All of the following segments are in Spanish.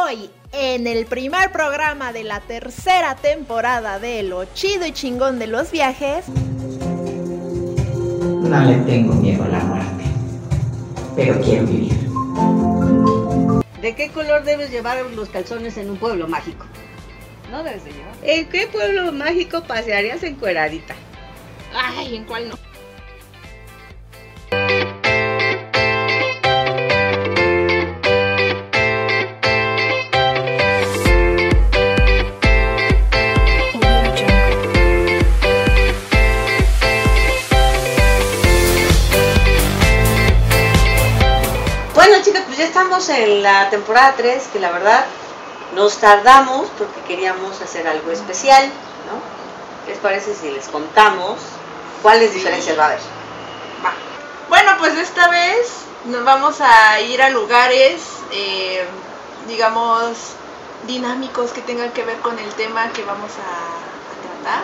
Hoy, en el primer programa de la tercera temporada de Lo Chido y Chingón de los Viajes, no le tengo miedo a la muerte, pero quiero vivir. ¿De qué color debes llevar los calzones en un pueblo mágico? No debes de llevar. ¿En qué pueblo mágico pasearías encueradita? Ay, ¿en cuál no? Bueno, chicas, pues ya estamos en la temporada 3, que la verdad nos tardamos porque queríamos hacer algo especial, ¿no? ¿Qué les parece si les contamos cuáles diferencias va a haber? Va. Bueno, pues esta vez nos vamos a ir a lugares, digamos, dinámicos que tengan que ver con el tema que vamos a tratar.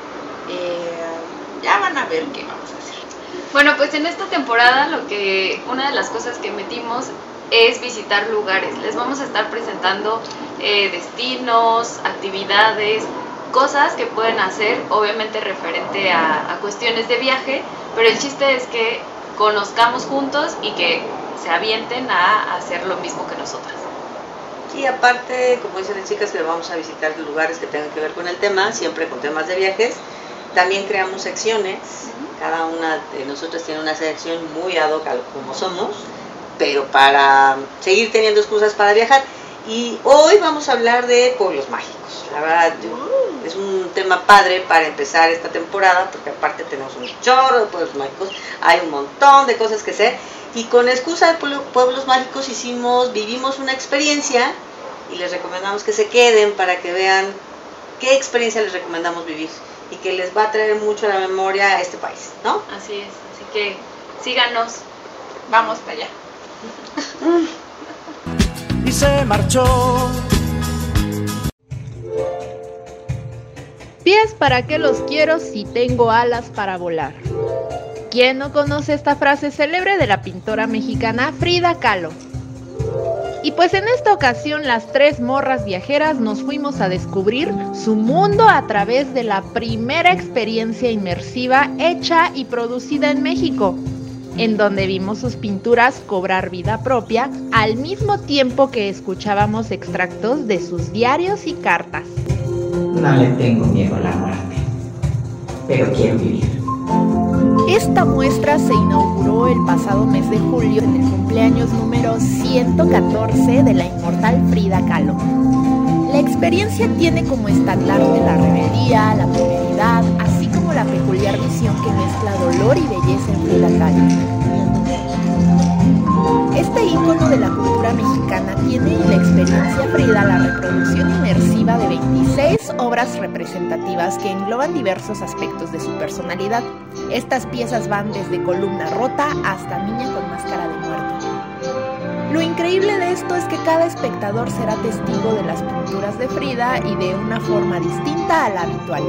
Ya van a ver qué vamos a hacer. Bueno, pues en esta temporada una de las cosas que metimos es visitar lugares. Les vamos a estar presentando destinos, actividades, cosas que pueden hacer, obviamente referente a cuestiones de viaje, pero el chiste es que conozcamos juntos y que se avienten a hacer lo mismo que nosotras. Y aparte, como dicen las chicas, que vamos a visitar lugares que tengan que ver con el tema, siempre con temas de viajes. También creamos secciones. Cada una de nosotras tiene una sección muy ad hoc a como somos, pero para seguir teniendo excusas para viajar. Y hoy vamos a hablar de pueblos mágicos. La verdad, es un tema padre para empezar esta temporada, porque aparte tenemos un chorro de pueblos mágicos, hay un montón de cosas que hacer. Y con excusa de pueblos mágicos vivimos una experiencia y les recomendamos que se queden para que vean qué experiencia les recomendamos vivir y que les va a traer mucho a la memoria a este país, ¿no? Así es, así que síganos. Vamos para allá. Y se marchó. pies para qué los quiero si tengo alas para volar. ¿Quién no conoce esta frase célebre de la pintora mexicana Frida Kahlo? Y pues en esta ocasión las tres morras viajeras nos fuimos a descubrir su mundo a través de la primera experiencia inmersiva hecha y producida en México, en donde vimos sus pinturas cobrar vida propia al mismo tiempo que escuchábamos extractos de sus diarios y cartas. No le tengo miedo a la muerte, pero quiero vivir. Esta muestra se inauguró el pasado mes de julio en el cumpleaños número 114 de la inmortal Frida Kahlo. La experiencia tiene como estandarte la rebeldía, la temeridad, así como la peculiar visión que mezcla dolor y belleza en Frida Kahlo. Este ícono de la cultura mexicana tiene en la experiencia Frida la reproducción inmersiva de 26 obras representativas que engloban diversos aspectos de su personalidad. Estas piezas van desde columna rota hasta niña con máscara de muerte. Lo increíble de esto es que cada espectador será testigo de las pinturas de Frida y de una forma distinta a la habitual.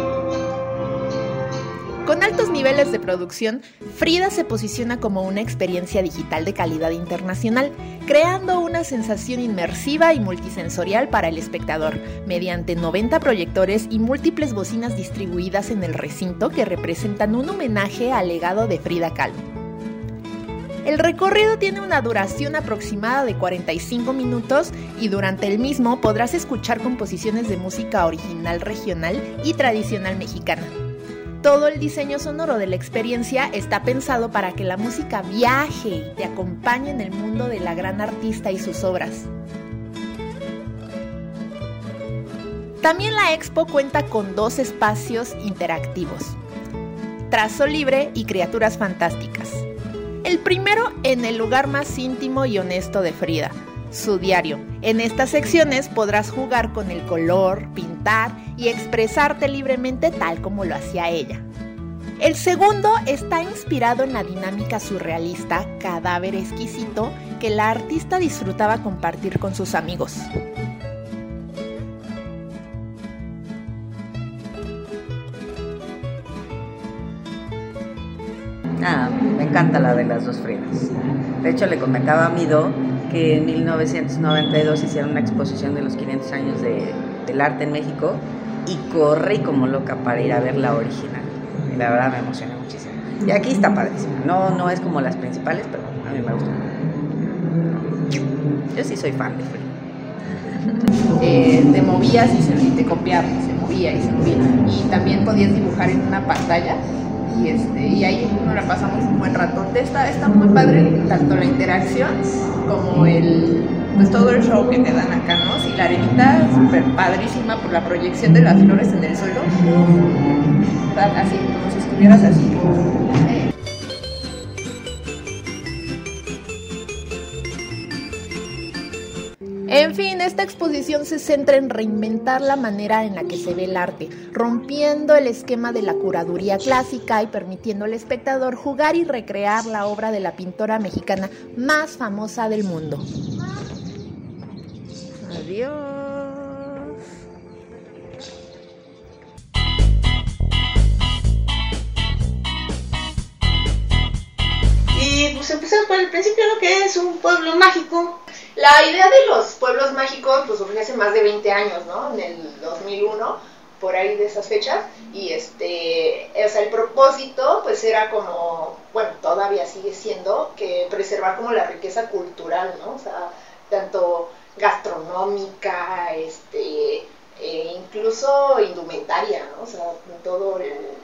Con altos niveles de producción, Frida se posiciona como una experiencia digital de calidad internacional, creando una sensación inmersiva y multisensorial para el espectador, mediante 90 proyectores y múltiples bocinas distribuidas en el recinto que representan un homenaje al legado de Frida Kahlo. El recorrido tiene una duración aproximada de 45 minutos y durante el mismo podrás escuchar composiciones de música original regional y tradicional mexicana. Todo el diseño sonoro de la experiencia está pensado para que la música viaje y te acompañe en el mundo de la gran artista y sus obras. También la expo cuenta con 2 espacios interactivos: Trazo Libre y Criaturas Fantásticas. El primero en el lugar más íntimo y honesto de Frida, su diario. En estas secciones podrás jugar con el color, pintar y expresarte libremente tal como lo hacía ella. El segundo está inspirado en la dinámica surrealista Cadáver Exquisito que la artista disfrutaba compartir con sus amigos. Me encanta la de las dos Fridas. De hecho, le comentaba a Mido que en 1992 hicieron una exposición de los 500 años del arte en México y corrí como loca para ir a ver la original. Y la verdad me emocioné muchísimo. Y aquí está padrísima. No es como las principales, pero a mí me gusta. Yo sí soy fan de Frida. Te movías y te copiaba, se movía y se movía. Y también podías dibujar en una pantalla. Y ahí nos la pasamos un buen rato. Está muy padre tanto la interacción como pues todo el show que te dan acá, ¿no? Sí, la arenita súper padrísima por la proyección de las flores en el suelo. Así, como si estuvieras así. En fin, esta exposición se centra en reinventar la manera en la que se ve el arte, rompiendo el esquema de la curaduría clásica y permitiendo al espectador jugar y recrear la obra de la pintora mexicana más famosa del mundo. Adiós. Y pues empezamos por el principio, ¿no? Que es un pueblo mágico. La idea de los pueblos mágicos pues surgió hace más de 20 años, ¿no? En el 2001, por ahí de esas fechas, y o sea, el propósito pues era como, bueno, todavía sigue siendo que preservar como la riqueza cultural, ¿no? O sea, tanto gastronómica, incluso indumentaria, ¿no? O sea, todo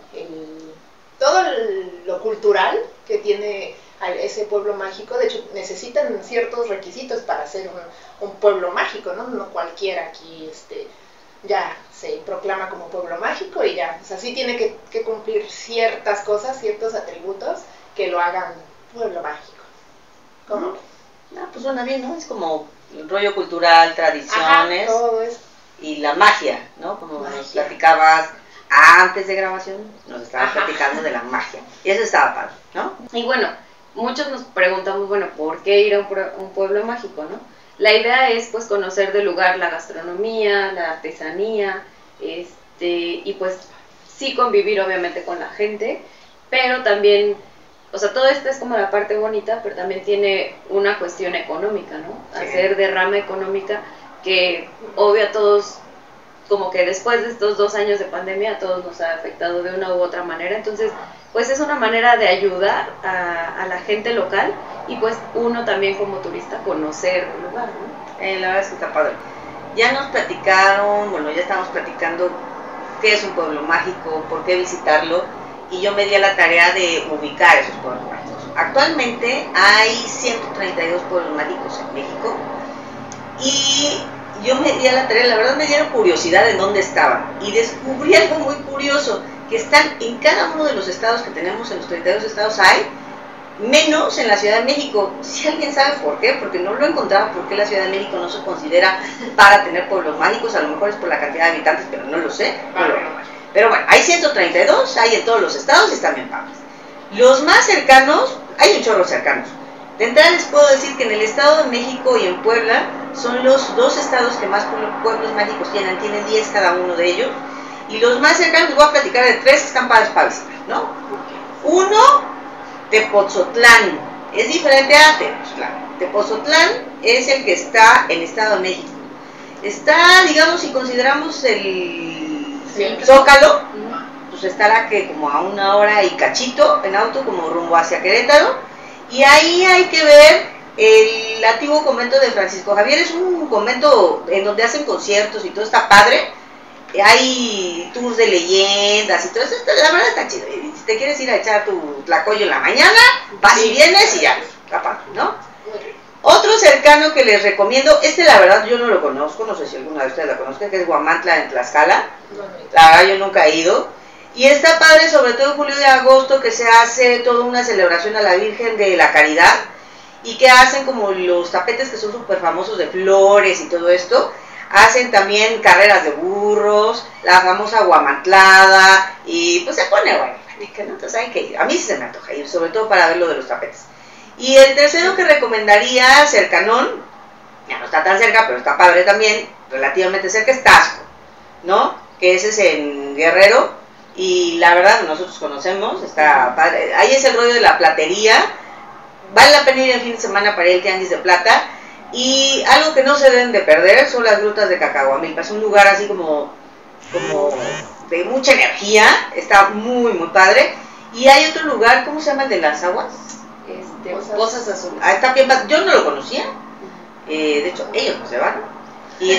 lo cultural que tiene ese pueblo mágico. De hecho, necesitan ciertos requisitos para ser un pueblo mágico, ¿no? No cualquiera aquí ya se proclama como pueblo mágico y ya, o sea, sí tiene que cumplir ciertas cosas, ciertos atributos que lo hagan pueblo mágico. ¿Cómo? Pues suena bien, ¿no? Es como el rollo cultural, tradiciones. Ajá, todo eso. Y la magia, ¿no? Como nos platicabas antes de grabación, nos estabas platicando de la magia. Y eso estaba padre, ¿no? Y bueno, muchos nos preguntamos, bueno, ¿por qué ir a un pueblo mágico, no? La idea es, pues, conocer del lugar la gastronomía, la artesanía, y pues, sí convivir, obviamente, con la gente, pero también, o sea, todo esto es como la parte bonita, pero también tiene una cuestión económica, ¿no? Sí. Hacer derrama económica que, obvio, a todos, como que después de estos 2 años de pandemia, a todos nos ha afectado de una u otra manera. Entonces, pues es una manera de ayudar a la gente local y pues uno también como turista conocer el lugar, ¿no? La verdad es que está padre. Ya nos platicaron, bueno, ya estamos platicando qué es un pueblo mágico, por qué visitarlo, y yo me di a la tarea de ubicar esos pueblos mágicos. Actualmente hay 132 pueblos mágicos en México y yo me di a la tarea, la verdad me dieron curiosidad de dónde estaban y descubrí algo muy curioso, que están en cada uno de los estados que tenemos, en los 32 estados hay, menos en la Ciudad de México. Si alguien sabe por qué, porque no lo encontraba, por qué la Ciudad de México no se considera para tener pueblos mágicos, a lo mejor es por la cantidad de habitantes, pero no lo sé. Pero bueno, hay 132, hay en todos los estados y están bien padres. Los más cercanos, hay un chorro cercanos. De entrada les puedo decir que en el Estado de México y en Puebla son los 2 estados que más pueblos mágicos tienen 10 cada uno de ellos. Y los más cercanos, les voy a platicar de 3 que están padres para visitar, ¿no? Uno, Tepotzotlán, es diferente a Tepoztlán. Tepotzotlán es el que está en el Estado de México. Está, digamos, si consideramos el Zócalo, pues estará que como a 1 hora y cachito en auto, como rumbo hacia Querétaro. Y ahí hay que ver el antiguo convento de Francisco Javier. Es un convento en donde hacen conciertos y todo está padre. Hay tours de leyendas y todo eso, la verdad está chido. Y si te quieres ir a echar tu tlacoyo en la mañana, vas y vienes y ya, capaz, ¿no? Otro cercano que les recomiendo, la verdad yo no lo conozco, no sé si alguna de ustedes la conozca, que es Huamantla en Tlaxcala. La verdad yo nunca he ido. Y está padre, sobre todo en julio y agosto, que se hace toda una celebración a la Virgen de la Caridad y que hacen como los tapetes que son súper famosos de flores y todo esto. Hacen también carreras de burros, la famosa guamantlada, y pues se pone bueno, ¿no? Entonces hay que ir. A mí sí se me antoja ir, sobre todo para ver lo de los tapetes. Y el tercero que recomendaría, cercanón, ya no está tan cerca, pero está padre también, relativamente cerca, es Taxco, ¿no? Que ese es en Guerrero, y la verdad nosotros conocemos, está padre. Ahí es el rollo de la platería, vale la pena ir el fin de semana para ir al Tianguis de Plata, y algo que no se deben de perder son las grutas de Cacahuamilpa. Es un lugar así como de mucha energía, está muy muy padre. Y hay otro lugar, ¿cómo se llama el de las aguas? Pozas Azules. Ah, está bien, yo no lo conocía, de hecho ellos nos llevaron, y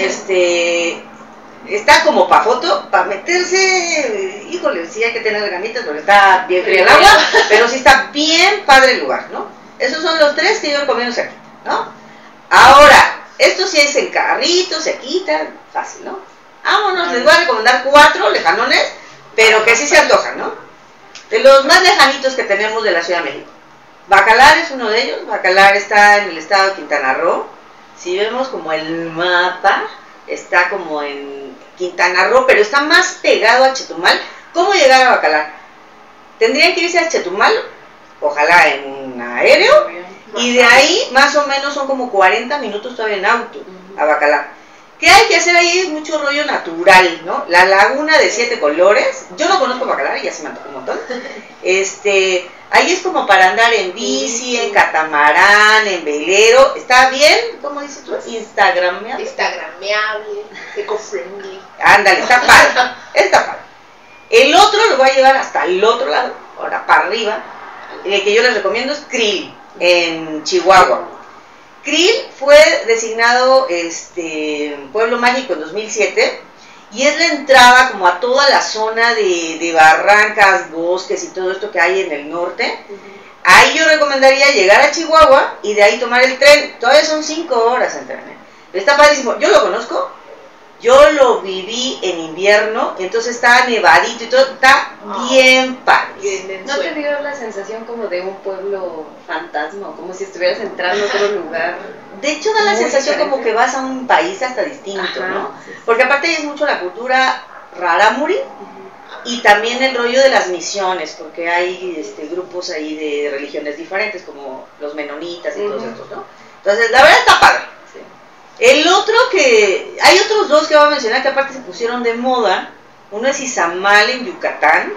está como para foto, para meterse, híjole, sí hay que tener ganitas porque está bien fría el agua, pero sí está bien padre el lugar, ¿no? Esos son los 3 que yo recomiendo aquí, ¿no? Ahora, esto sí es en carrito, se quitan, fácil, ¿no? Vámonos, les voy a recomendar 4 lejanones, pero que sí se antojan, ¿no? De los más lejanitos que tenemos de la Ciudad de México. Bacalar es uno de ellos. Bacalar está en el estado de Quintana Roo. Si vemos como el mapa, está como en Quintana Roo, pero está más pegado a Chetumal. ¿Cómo llegar a Bacalar? Tendrían que irse a Chetumal, ojalá en un aéreo, y de ahí más o menos son como 40 minutos todavía en auto a Bacalar. ¿Qué hay que hacer ahí? Es mucho rollo natural, ¿no? La laguna de 7 colores. Yo no conozco Bacalar, ya se me antojó un montón. Ahí es como para andar en bici, en catamarán, en velero. ¿Está bien? ¿Cómo dices tú? Instagrameable. Instagrameable, eco-friendly. Ándale, está padre. Está padre. El otro lo voy a llevar hasta el otro lado, ahora para arriba. El que yo les recomiendo es Krill, en Chihuahua. Krill fue designado pueblo mágico en 2007 y es la entrada como a toda la zona de barrancas, bosques y todo esto que hay en el norte. Ahí yo recomendaría llegar a Chihuahua y de ahí tomar el tren. Todavía son 5 horas en tren. Está padrísimo. Yo lo conozco, yo lo viví en invierno, entonces está nevadito y todo, está bien padre. ¿No te dio la sensación como de un pueblo fantasma, como si estuvieras entrando a otro lugar? De hecho da la sensación diferente, como que vas a un país hasta distinto, ajá, ¿no? Sí. Porque aparte ahí es mucho la cultura rarámuri y también el rollo de las misiones, porque hay grupos ahí de religiones diferentes, como los menonitas y todos estos, ¿no? Entonces la verdad está padre. El otro que, hay otros 2 que voy a mencionar que aparte se pusieron de moda. Uno es Izamal en Yucatán.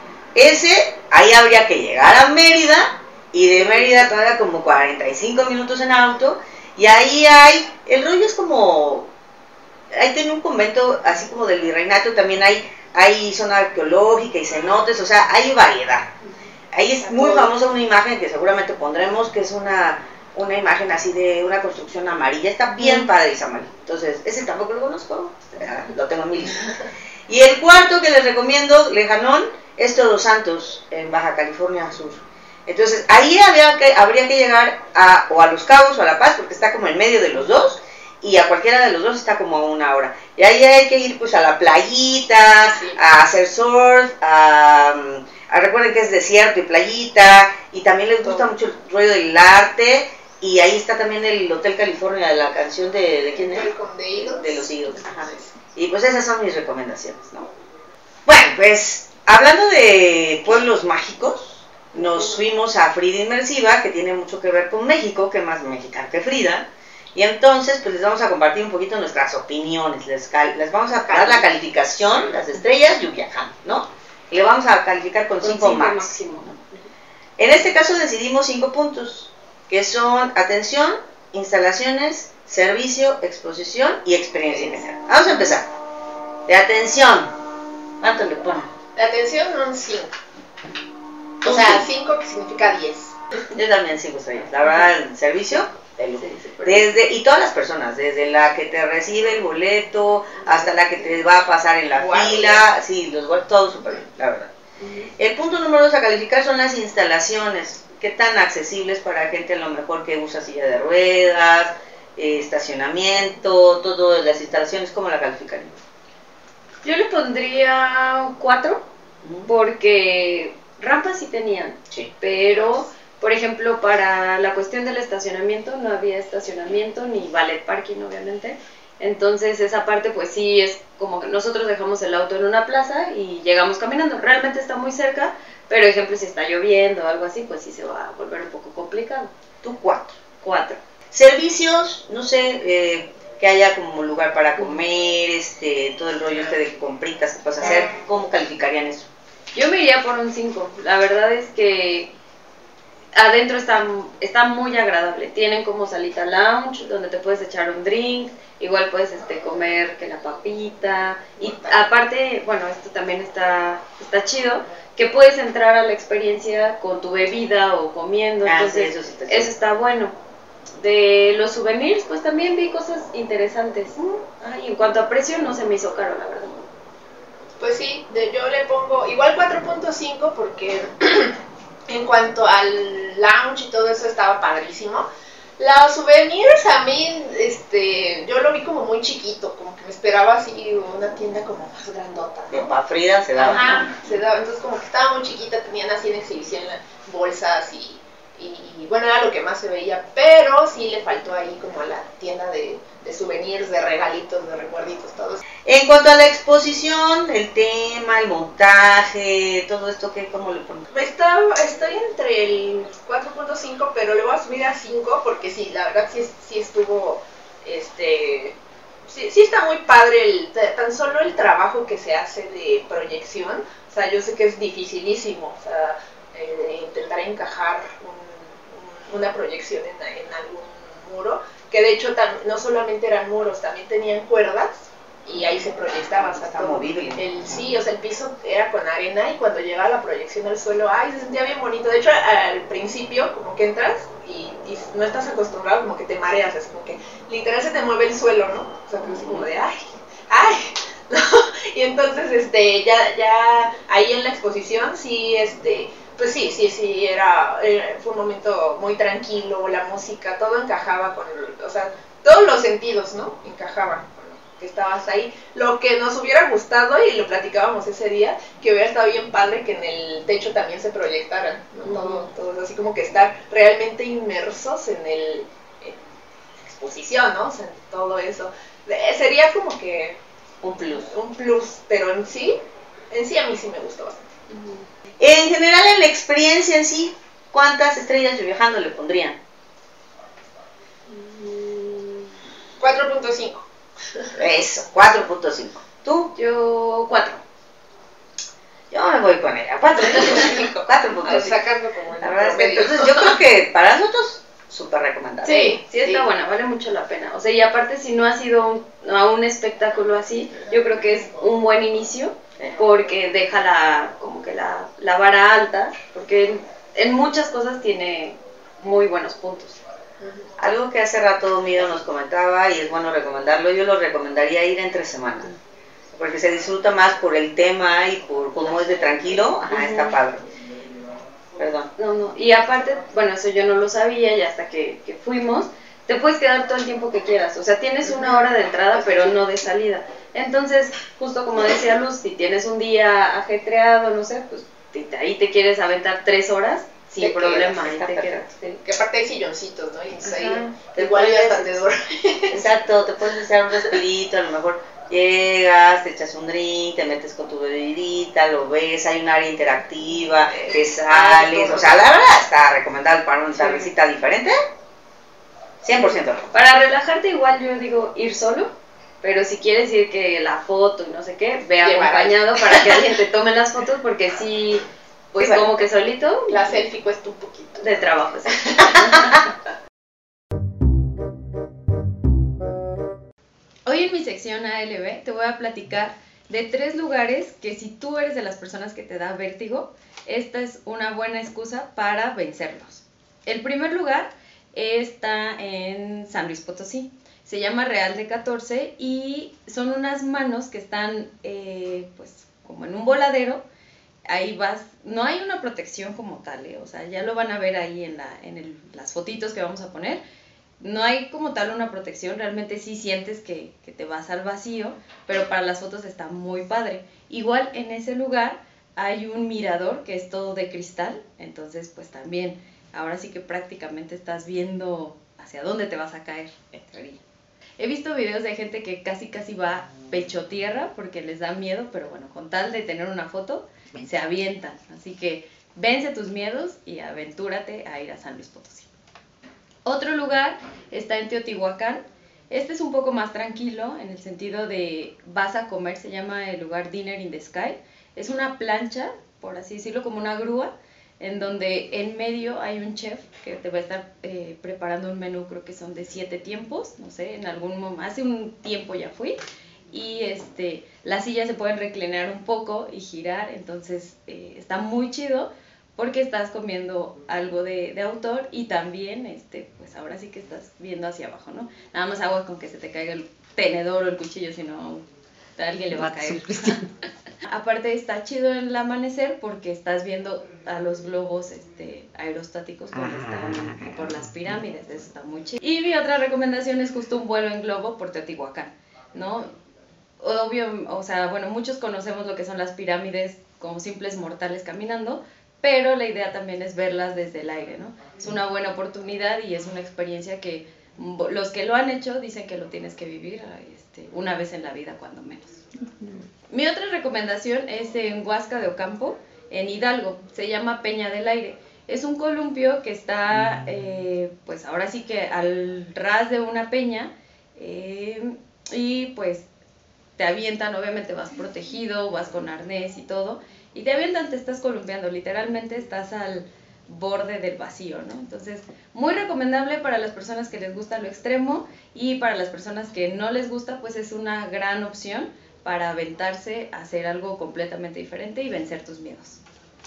Ese, ahí habría que llegar a Mérida, y de Mérida todavía como 45 minutos en auto, y ahí el rollo es como, ahí tiene un convento así como del virreinato, también hay zona arqueológica y cenotes, o sea, hay variedad. Ahí es muy famosa una imagen que seguramente pondremos, que es una imagen así de una construcción amarilla, está bien padre Izamal. Entonces, ese tampoco lo conozco, lo tengo en mi lista. Y el cuarto que les recomiendo, lejanón, es Todos Santos, en Baja California Sur. Entonces, ahí habría que llegar o a Los Cabos o a La Paz, porque está como en medio de los dos, y a cualquiera de los dos está como a 1 hora. Y ahí hay que ir pues a la playita, a hacer surf, recuerden que es desierto y playita, y también les gusta mucho el rollo del arte. Y ahí está también el Hotel California, de la canción de ¿quién es? De los Eagles. Ajá. Y pues esas son mis recomendaciones, ¿no? Bueno, pues hablando de pueblos mágicos, nos fuimos a Frida Inmersiva, que tiene mucho que ver con México, que más mexicano que Frida. Y entonces pues les vamos a compartir un poquito nuestras opiniones, les vamos a dar la calificación, las estrellas y viajando, ¿no? Y le vamos a calificar con 5 máximo, ¿no? En este caso decidimos 5 puntos, que son atención, instalaciones, servicio, exposición y experiencia en general. Vamos a empezar. De atención, ¿cuánto le ponen? De atención un 5. O sea, 5 que significa 10. Yo también 5 estrellas. La verdad, el servicio, y todas las personas, desde la que te recibe el boleto hasta la que te va a pasar en la fila, sí, todo súper bien, la verdad. El punto número 2 a calificar son las instalaciones. ¿Qué tan accesibles para gente a lo mejor que usa silla de ruedas, estacionamiento, todas las instalaciones? ¿Cómo la calificarían? Yo le pondría 4, porque rampas sí tenían, pero por ejemplo para la cuestión del estacionamiento no había estacionamiento ni valet parking obviamente. Entonces esa parte pues sí es como que nosotros dejamos el auto en una plaza y llegamos caminando, realmente está muy cerca, pero ejemplo si está lloviendo o algo así pues sí se va a volver un poco complicado. Tú 4. 4. Servicios, no sé, que haya como lugar para comer, todo el rollo de compritas que puedes hacer, ¿cómo calificarían eso? Yo me iría por un 5. La verdad es que adentro está muy agradable. Tienen como salita lounge donde te puedes echar un drink, igual puedes comer que la papita. Y aparte, bueno, esto también está chido, que puedes entrar a la experiencia con tu bebida o comiendo. Entonces, sí, eso está bueno. De los souvenirs, pues también vi cosas interesantes. Y en cuanto a precio, no se me hizo caro, la verdad. Pues sí, yo le pongo igual 4.5 porque en cuanto al lounge y todo eso estaba padrísimo. Los souvenirs a mí, yo lo vi como muy chiquito, como que me esperaba así una tienda como más grandota, ¿no? Para Frida se daba. Ajá, se daba, entonces como que estaba muy chiquita, tenían así en exhibición bolsas y bueno, era lo que más se veía, pero sí le faltó ahí como a la tienda de souvenirs, de regalitos, de recuerditos, todos. En cuanto a la exposición, el tema, el montaje, todo esto, ¿cómo le pones? Estoy entre el 4.5, pero le voy a subir a 5 porque sí, la verdad sí estuvo, sí está muy padre tan solo el trabajo que se hace de proyección. O sea, yo sé que es dificilísimo, o sea, intentar encajar una proyección en algún muro, que de hecho no solamente eran muros, también tenían cuerdas y ahí se proyectaba, o sea, está movible. Sí, o sea, el piso era con arena y cuando llegaba la proyección al suelo, se sentía bien bonito. De hecho, al principio, como que entras y no estás acostumbrado, como que te mareas, es como que literal se te mueve el suelo, ¿no? O sea, así como de, ¿no? Y entonces, ya ahí en la exposición, sí, pues sí, fue un momento muy tranquilo, la música, todo encajaba o sea, todos los sentidos, ¿no? Encajaban con lo que estabas ahí. Lo que nos hubiera gustado, y lo platicábamos ese día, que hubiera estado bien padre que en el techo también se proyectaran, ¿no? Todo así como que estar realmente inmersos en la exposición, ¿no? O sea, todo eso. Sería como que un plus, pero en sí a mí sí me gustó bastante. En general, en la experiencia en sí, ¿cuántas estrellas de viajando le pondrían? 4.5. Eso, 4.5. ¿Tú? Yo 4. Yo me voy con ella, 4.5. 4.5. Sacando como la verdad es que entonces yo creo que para nosotros súper recomendable. Sí, está buena, vale mucho la pena. O sea, y aparte si no ha sido a un espectáculo así, yo creo que es un buen inicio, porque deja como que la vara alta, porque en muchas cosas tiene muy buenos puntos. Algo que hace rato Mido nos comentaba, y es bueno recomendarlo, yo lo recomendaría ir entre semana, porque se disfruta más por el tema y por cómo es de tranquilo. Está padre. Perdón. No, y aparte, bueno, eso yo no lo sabía, y hasta que fuimos, te puedes quedar todo el tiempo que quieras. O sea, tienes una hora de entrada, pero no de salida. Entonces, justo como decía Luz, si tienes un día ajetreado, no sé, pues ahí te quieres aventar 3 horas, sin problema, ahí te quedas. Sí. Que aparte hay silloncitos, ¿no? Y entonces ahí igual ya hasta te duermes. Exacto, te puedes echar un respirito, a lo mejor llegas, te echas un drink, te metes con tu bebidita, lo ves, hay un área interactiva, que sales, o sea, la verdad está recomendable para una tardecita diferente, 100%. Para relajarte igual yo digo ir solo, pero si quieres ir que la foto y no sé qué, ve acompañado para que alguien te tome las fotos, porque sí, pues sí, como que solito. La selfie cuesta un poquito de trabajo, sí. Hoy en mi sección ALB te voy a platicar de 3 lugares que si tú eres de las personas que te da vértigo, esta es una buena excusa para vencerlos. El primer lugar está en San Luis Potosí, se llama Real de 14 y son unas manos que están pues como en un voladero. Ahí vas, no hay una protección como tal, o sea, ya lo van a ver ahí en las fotitos que vamos a poner. No hay como tal una protección, realmente sí sientes que te vas al vacío, pero para las fotos está muy padre. Igual en ese lugar hay un mirador que es todo de cristal, entonces pues también, ahora sí que prácticamente estás viendo hacia dónde te vas a caer, en teoría. He visto videos de gente que casi va pecho tierra porque les da miedo, pero bueno, con tal de tener una foto, se avientan. Así que vence tus miedos y aventúrate a ir a San Luis Potosí. Otro lugar está en Teotihuacán. Este es un poco más tranquilo en el sentido de vas a comer, se llama el lugar Dinner in the Sky. Es una plancha por así decirlo, como una grúa, en donde en medio hay un chef que te va a estar preparando un menú, creo que son de 7 tiempos, no sé, en algún momento, hace un tiempo ya fui, y las sillas se pueden reclinar un poco y girar, entonces está muy chido porque estás comiendo algo de autor y también, pues ahora sí que estás viendo hacia abajo, ¿no? Nada más agua con que se te caiga el tenedor o el cuchillo, si no, a alguien le va a caer. Aparte está chido en el amanecer porque estás viendo a los globos aerostáticos cuando están por las pirámides, eso está muy chido. Y mi otra recomendación es justo un vuelo en globo por Teotihuacán, ¿no? Obvio, o sea, bueno, muchos conocemos lo que son las pirámides como simples mortales caminando, pero la idea también es verlas desde el aire, ¿no? Es una buena oportunidad y es una experiencia que los que lo han hecho dicen que lo tienes que vivir una vez en la vida, cuando menos. Mi otra recomendación es en Huasca de Ocampo, en Hidalgo, se llama Peña del Aire. Es un columpio que está, pues ahora sí que al ras de una peña, y pues te avientan, obviamente vas protegido, vas con arnés y todo, y te avientan, te estás columpiando, literalmente estás al borde del vacío, ¿no? Entonces, muy recomendable para las personas que les gusta lo extremo, y para las personas que no les gusta, pues es una gran opción para aventarse a hacer algo completamente diferente y vencer tus miedos.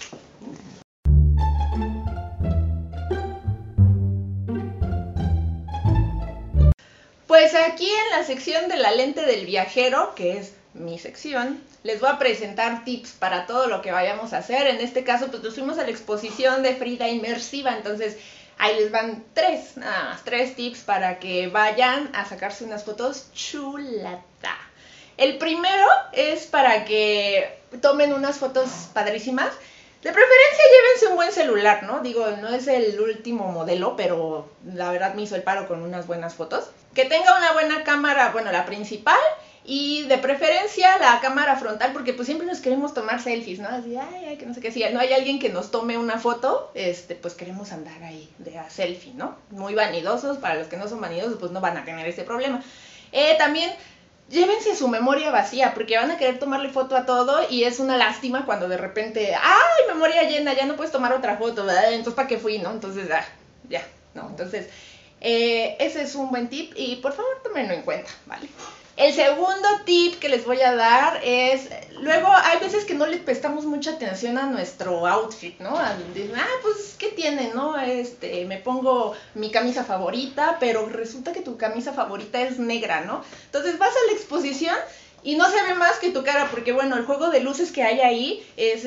Pues aquí en la sección de la lente del viajero, que es mi sección, les voy a presentar tips para todo lo que vayamos a hacer. En este caso, pues nos fuimos a la exposición de Frida Inmersiva, entonces ahí les van nada más tres tips para que vayan a sacarse unas fotos chulata. El primero es para que tomen unas fotos padrísimas. De preferencia llévense un buen celular, ¿no? Digo, no es el último modelo, pero la verdad me hizo el paro con unas buenas fotos. Que tenga una buena cámara, bueno, la principal, y de preferencia la cámara frontal, porque pues siempre nos queremos tomar selfies, ¿no? Así, ay, que no sé qué, si no hay alguien que nos tome una foto, pues queremos andar ahí de a selfie, ¿no? Muy vanidosos, para los que no son vanidosos, pues no van a tener ese problema. También llévense su memoria vacía, porque van a querer tomarle foto a todo y es una lástima cuando de repente, ¡ay, memoria llena! Ya no puedes tomar otra foto, ¿verdad? Entonces, ¿para qué fui, no? Entonces, ya, ¿no? Entonces, ese es un buen tip y por favor tómenlo en cuenta, ¿vale? El segundo tip que les voy a dar es, luego hay veces que no le prestamos mucha atención a nuestro outfit, ¿no? Pues, ¿qué tiene, no? Me pongo mi camisa favorita, pero resulta que tu camisa favorita es negra, ¿no? Entonces vas a la exposición y no se ve más que tu cara, porque bueno, el juego de luces que hay ahí es,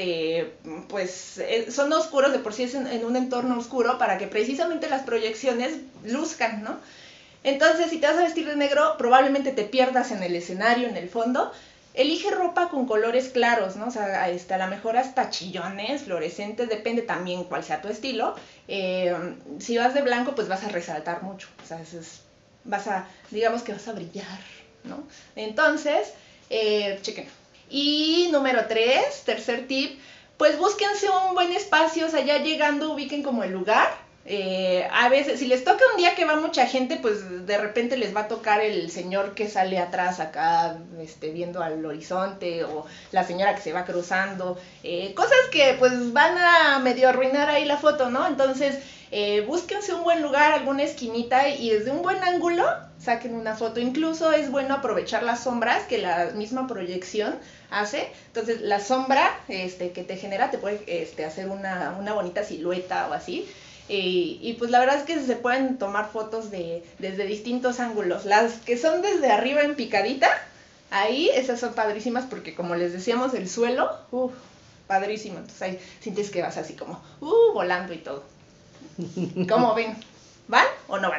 son oscuros, de por sí es en un entorno oscuro, para que precisamente las proyecciones luzcan, ¿no? Entonces, si te vas a vestir de negro, probablemente te pierdas en el escenario, en el fondo. Elige ropa con colores claros, ¿no? O sea, a lo mejor hasta chillones, fluorescentes, depende también cuál sea tu estilo. Si vas de blanco, pues vas a resaltar mucho. O sea, digamos que vas a brillar, ¿no? Entonces, chequen. Y número 3, tercer tip, pues búsquense un buen espacio, o sea, ya llegando ubiquen como el lugar. A veces, si les toca un día que va mucha gente, pues de repente les va a tocar el señor que sale atrás acá, viendo al horizonte, o la señora que se va cruzando, cosas que pues van a medio arruinar ahí la foto, ¿no? Entonces, búsquense un buen lugar, alguna esquinita, y desde un buen ángulo saquen una foto. Incluso es bueno aprovechar las sombras que la misma proyección hace. Entonces, la sombra que te genera te puede hacer una bonita silueta o así. Y pues la verdad es que se pueden tomar fotos desde distintos ángulos. Las que son desde arriba en picadita, ahí esas son padrísimas porque, como les decíamos, el suelo, padrísimo. Entonces ahí sientes que vas así como volando y todo. ¿Cómo ven? ¿Van o no van?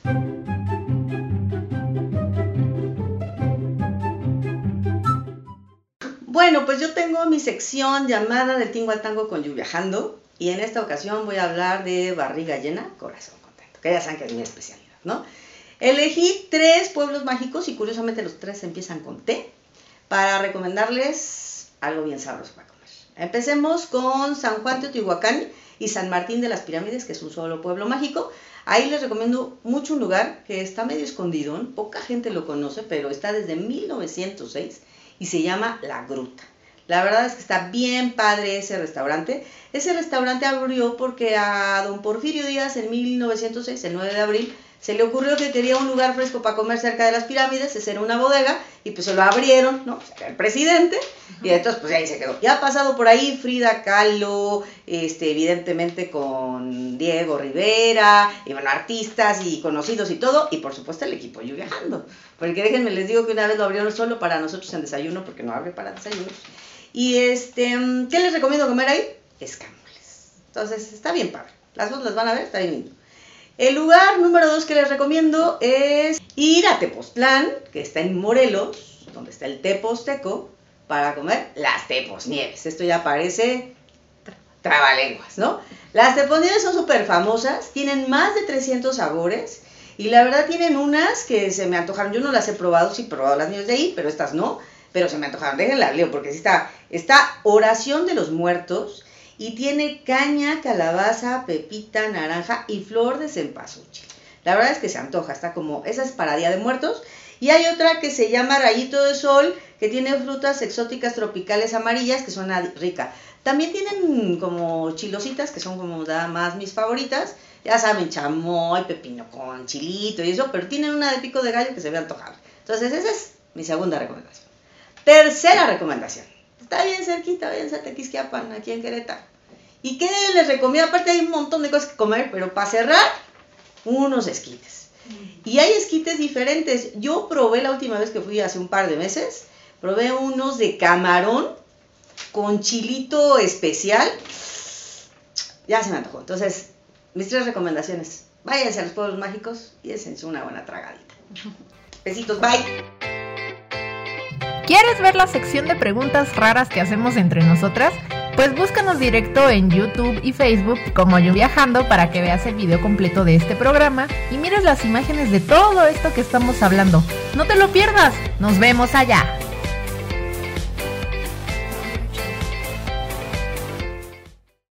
Bueno, pues yo tengo mi sección llamada Del Tingo al Tango con Yu Viajando. Y en esta ocasión voy a hablar de barriga llena, corazón contento, que ya saben que es mi especialidad, ¿no? Elegí 3 pueblos mágicos y curiosamente los 3 empiezan con T para recomendarles algo bien sabroso para comer. Empecemos con San Juan Teotihuacán y San Martín de las Pirámides, que es un solo pueblo mágico. Ahí les recomiendo mucho un lugar que está medio escondido, ¿no? Poca gente lo conoce, pero está desde 1906 y se llama La Gruta. La verdad es que está bien padre ese restaurante. Ese restaurante abrió porque a don Porfirio Díaz en 1906, el 9 de abril, se le ocurrió que quería un lugar fresco para comer cerca de las pirámides, esa era una bodega, y pues se lo abrieron, ¿no? Pues era el presidente, y entonces pues ahí se quedó. Ya ha pasado por ahí Frida Kahlo, evidentemente con Diego Rivera, y bueno, artistas y conocidos y todo, y por supuesto el equipo Yo Viajando. Porque déjenme les digo que una vez lo abrieron solo para nosotros en desayuno, porque no abre para desayunos. Y ¿qué les recomiendo comer ahí? Escamoles. Entonces está bien padre. Las dos las van a ver, está bien lindo. El lugar número 2 que les recomiendo es ir a Tepoztlán, que está en Morelos, donde está el Teposteco, para comer las teposnieves. Esto ya parece trabalenguas, ¿no? Las teposnieves son súper famosas, tienen más de 300 sabores, y la verdad tienen unas que se me antojaron. Yo no las he probado, sí he probado las nieves de ahí, pero estas no, pero se me antojaron. Déjenlas leo, porque sí está Oración de los Muertos, y tiene caña, calabaza, pepita, naranja y flor de cempasúchil. La verdad es que se antoja, está como, esa es para Día de Muertos. Y hay otra que se llama Rayito de Sol, que tiene frutas exóticas tropicales amarillas, que suena rica. También tienen como chilositas, que son como nada más mis favoritas. Ya saben, chamoy, pepino con chilito y eso, pero tienen una de pico de gallo que se ve antojable. Entonces esa es mi segunda recomendación. Tercera recomendación. Está bien cerquita, váyanse a Tequisquiapan, aquí en Querétaro. ¿Y qué les recomiendo? Aparte hay un montón de cosas que comer, pero para cerrar, unos esquites. Y hay esquites diferentes. Yo probé la última vez que fui hace un par de meses, probé unos de camarón con chilito especial. Ya se me antojó. Entonces, mis 3 recomendaciones. Váyanse a los pueblos mágicos y ésense una buena tragadita. Besitos, bye. ¿Quieres ver la sección de preguntas raras que hacemos entre nosotras? Pues búscanos directo en YouTube y Facebook como Yo Viajando para que veas el video completo de este programa y mires las imágenes de todo esto que estamos hablando. ¡No te lo pierdas! ¡Nos vemos allá!